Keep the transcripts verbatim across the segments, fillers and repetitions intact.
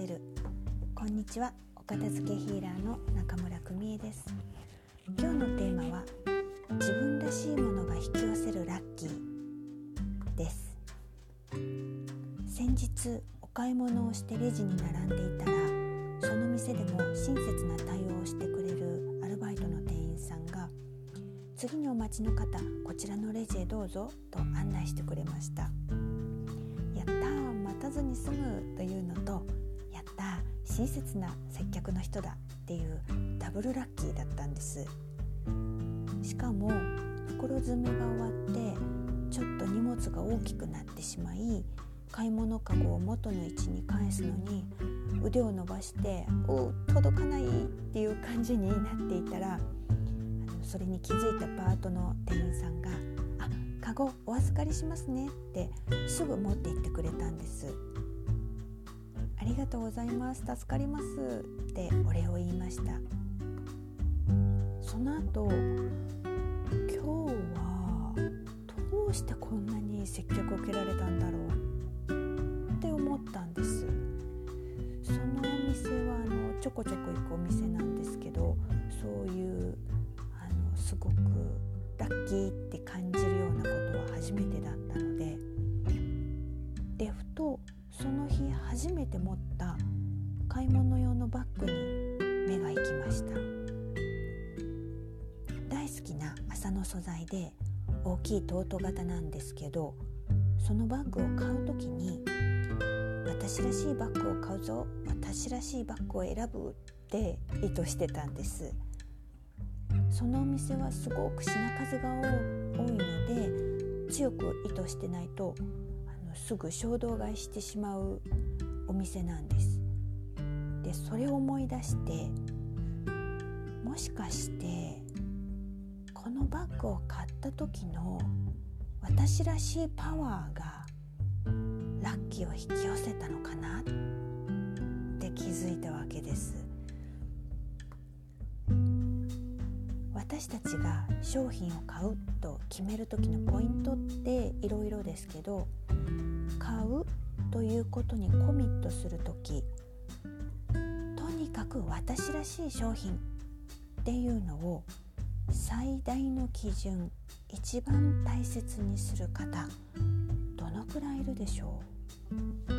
る。こんにちは、お片付けヒーラーの中村久美恵です。今日のテーマは自分らしいものが引き寄せるラッキーです。先日お買い物をしてレジに並んでいたら、その店でも親切な対応をしてくれるアルバイトの店員さんが、次にお待ちの方、こちらのレジへどうぞと案内してくれました。やったー、待たずに済むというのと、やったー、親切な接客の人だっていうダブルラッキーだったんです。しかも袋詰めが終わってちょっと荷物が大きくなってしまい、買い物かごを元の位置に返すのに腕を伸ばしてお届かないっていう感じになっていたら、あのそれに気づいたパートの店員さんが、あ、かごお預かりしますねってすぐ持って行ってくれたんです。ありがとうございます、助かりますってお礼を言いました。その後、今日はどうしてこんなに接客を受けられたんだろうって思ったんです。そのお店はあのちょこちょこ行くお店なんですけど、そういうあのすごくラッキーって感じるようなことは初めてだったので、でふとその日初めて持った買い物用のバッグに目が行きました。大好きな麻の素材で大きいトート型なんですけど、そのバッグを買うときに、私らしいバッグを買うぞ、私らしいバッグを選ぶって意図してたんです。そのお店はすごく品数が多いので、強く意図してないとあのすぐ衝動買いしてしまうお店なんです。で、それを思い出して、もしかしてこのバッグを買った時の私らしいパワーがラッキーを引き寄せたのかなって気づいたわけです。私たちが商品を買うと決める時のポイントっていろいろですけど、買うということにコミットする時、とにかく私らしい商品っていうのを最大の基準、一番大切にする方、どのくらいいるでしょう。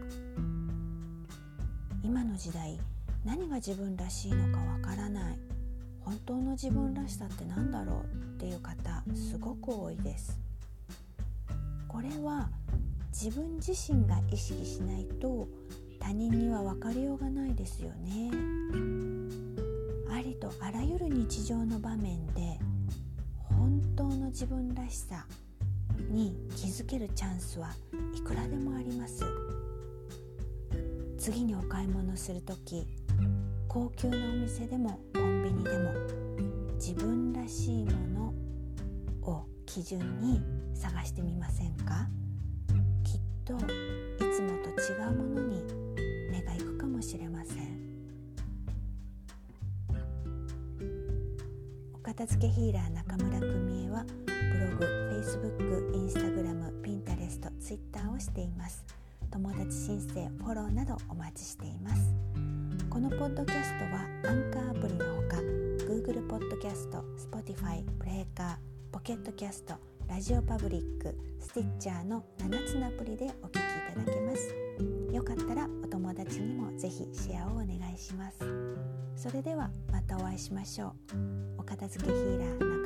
今の時代、何が自分らしいのかわからない、本当の自分らしさって何だろうっていう方、すごく多いです。これは自分自身が意識しないと他人には分かりようがないですよね。ありとあらゆる日常の場面で本当の自分らしさに気づけるチャンスはいくらでもあります。次にお買い物するとき、高級なお店でもコンビニでも自分らしいものを基準に探してみませんか？きっといつもと違うものに目が行くかもしれません。お片付けヒーラー中村久美恵はブログ、Facebook、Instagram、Pinterest、Twitter をしています。友達申請、フォローなどお待ちしています。このポッドキャストはアンカーアプリのほか Google ポッドキャスト、Spotify、ブレーカー、ポケットキャスト、ラジオパブリック、スティッチャーのななつのアプリでお聞きいただけます。よかったらお友達にもぜひシェアをお願いします。それではまたお会いしましょう。お片付けヒーラー